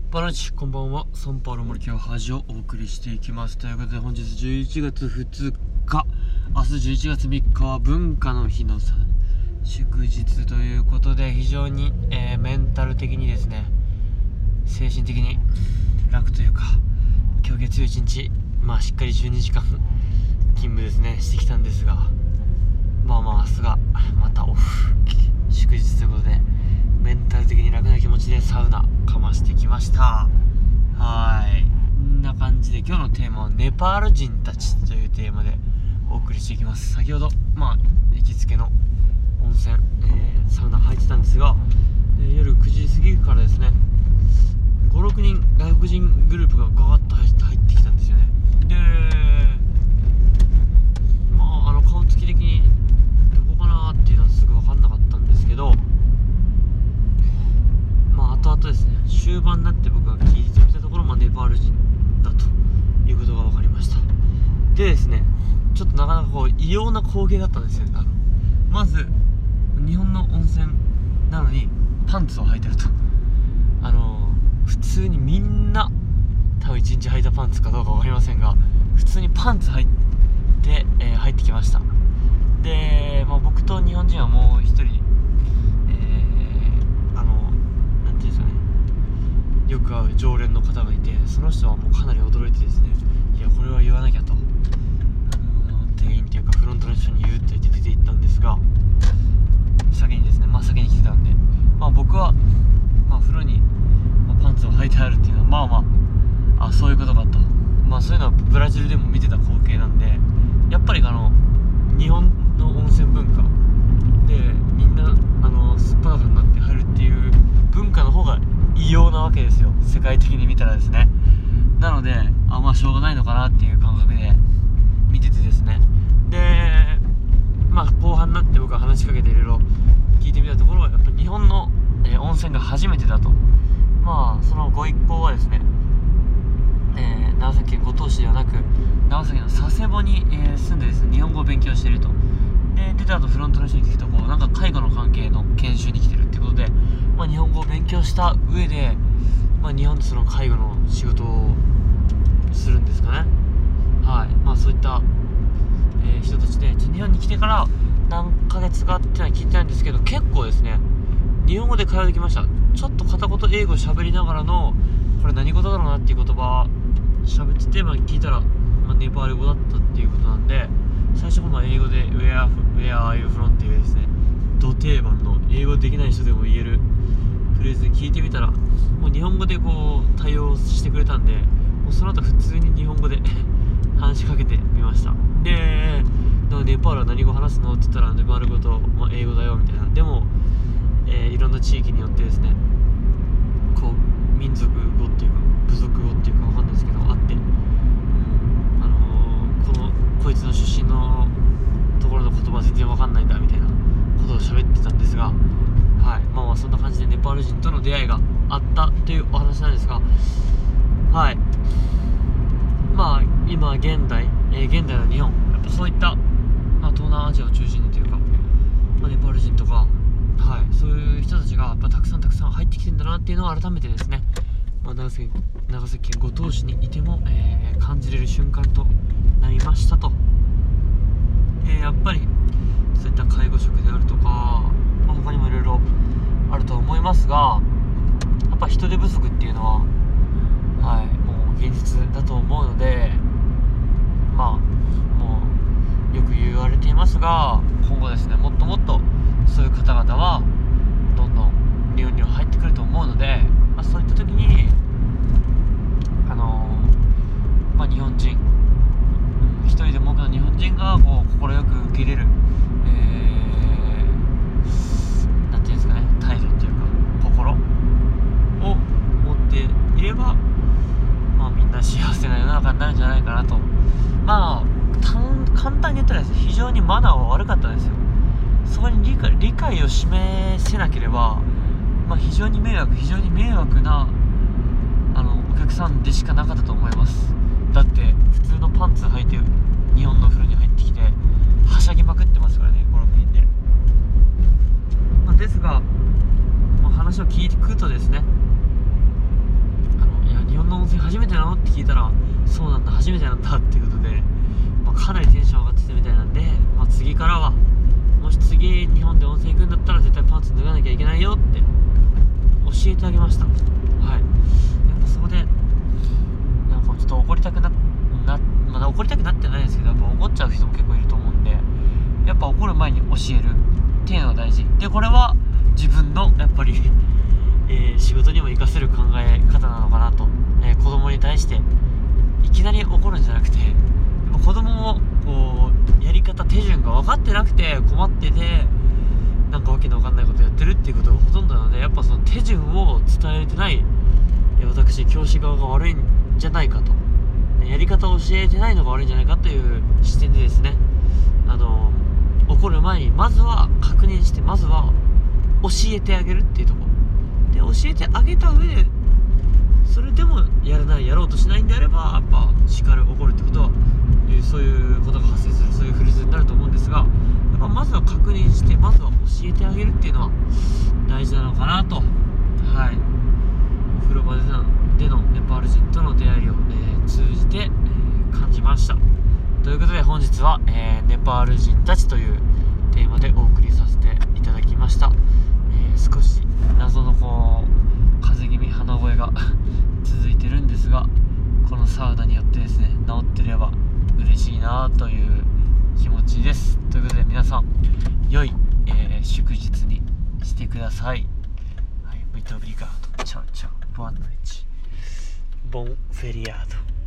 バナチこんばんは。サンパウロ森清橋をお送りしていきます。ということで本日11月2日、明日11月3日は文化の日の祝日ということで、非常に、メンタル的にですね、精神的に楽というか、今日月曜1日しっかり12時間勤務ですねしてきたんですが、明日がまたオフ祝日ということで、メンタル的に楽な気持ちでサウナかましてきました。こんな感じで今日のテーマはネパール人たちというテーマでお送りしていきます。先ほど行きつけの温泉、サウナ入ってたんですが、夜9時過ぎからですね 5,6 人外国人グループがガーッと入ってきたんですよね。で顔つき的にどこかなっていうのはすぐ分かんなかったんですけど、後々ですね、終盤になって僕が聞いてみたところ、ネパール人だということが分かりました。でですね、ちょっとなかなか異様な光景だったんですよ。まず日本の温泉なのにパンツを履いてると、普通にみんな多分1日履いたパンツかどうか分かりませんが、普通にパンツ履いて、入ってきました。で、僕と日本人はもう一人よく会う常連の方がいて、その人はもうかなり驚いてですね、いやこれは言わなきゃと店員というかフロントの人に言うって言って出て行ったんですが、先にですね、先に来てたんで、僕は風呂にパンツを履いてあるっていうのはそういうことかと、そういうのはブラジルでも見てた光景なんで、やっぱり日本の温泉文化でみんなすっぱだかになって入るっていう文化の方が異様なわけですよ、世界的に見たらですね。なのでしょうがないのかなっていう感覚で見ててですね、で後半になって僕は話しかけていろいろ聞いてみたところ、やっぱ日本の、温泉が初めてだと。そのご一行はですね、長崎県五島市ではなく長崎の佐世保に、住んでですね、日本語を勉強していると。で出た後フロントの人に聞くと、介護の関係の研修に来てるってことで、日本語を勉強した上で、日本でその介護の仕事をするんですかね。そういった、人たちで、日本に来てから何ヶ月かっていうのは聞いてないんですけど、結構ですね日本語で会話できました。ちょっと片言英語喋りながらの、これ何語だろうなっていう言葉喋ってて、聞いたら、ネパール語だったっていうことなんで、最初は英語で Where are you from っていうですね、ド定番の英語できない人でも言えるフレーズで聞いてみたら、もう日本語で対応してくれたんで、もうその後普通に日本語で話しかけてみました。で、ネパールは何語話すのって言ったら、ネパール語と、英語だよみたいな。でも、いろんな地域によってですね、民族語っていうか部族語っていうかわかんないですけどあって、こいつの出身のところの言葉全然わかんないんだみたいなことを喋ってたんですが、そんな感じでネパール人との出会いがあったというお話なんですが、今現代の日本、やっぱそういった、東南アジアを中心にというか、ネパール人とか、そういう人たちがやっぱたくさん入ってきてるんだなっていうのを改めてですね、長崎県五島市にいても、感じれる瞬間となりましたと。やっぱりそういった介護職であるとか、他にもいろいろあると思いますが、やっぱ人手不足っていうのは、もう現実だと思うので、もうよく言われていますが、今後ですね、もっともっとそういう方々はどんどん日本には入ってくると思うので、そういった時に日本人、一人でも多くの日本人が快く受け入れる、なんていうんですかね、態度っていうか心を持っていれば、みんな幸せな世の中になるんじゃないかなと。簡単に言ったらですね、非常にマナーは悪かったんですよ。そこに理解を示せなければ、非常に迷惑なお客さんでしかなかったと思います。だって普通のパンツ履いて日本の風呂に入ってきてはしゃぎまくってますからね、5、6人で。ですが、話を聞くとですね、 なのって聞いたら、そうなんだ、初めてなんだっていうことで、かなりテンション上がってたみたいなんで、次からはもし次日本で温泉行くんだったら絶対パンツ脱がなきゃいけないよって教えてあげました。はい。やっぱそこでなんかちょっと怒りたくなまだ怒りたくなってないですけど、やっぱ怒っちゃう人も結構いると思うんで、やっぱ怒る前に教えるっていうのが大事で、これは自分のやっぱり、仕事にも活かせる考え方なのかなと、子供に対していきなり怒るんじゃなくて、やっぱ子供もこうやり方手順が分かってなくて困ってて、なんかわけの分かんないことやってるっていうことがほとんどなので、やっぱその手順を伝えれてない私教師側が悪いんじゃないかと、やり方を教えてないのが悪いんじゃないかという視点でですね、怒る前にまずは確認して、まずは教えてあげるっていうところで、教えてあげた上でそれでもやろうとしないんであれば、やっぱ叱る、怒るってことはそういうことが発生する、そういうフレーズになると思うんですが、やっぱまずは確認して、まずは教えてあげるっていうのは大事なのかなと、はい、お風呂場でのネパール人との出会いを、通じて、感じました。ということで本日は、ネパール人たちというテーマでお送りさせていただきました。少し謎の風邪気味鼻声が続いてるんですが、このサウナによってですね治ってれば嬉しいなという気持ちです。ということで皆さん良い、祝日にしてください。はい、muito obrigado。チャオチャオ。ボアノイチ。ボンフェリアード。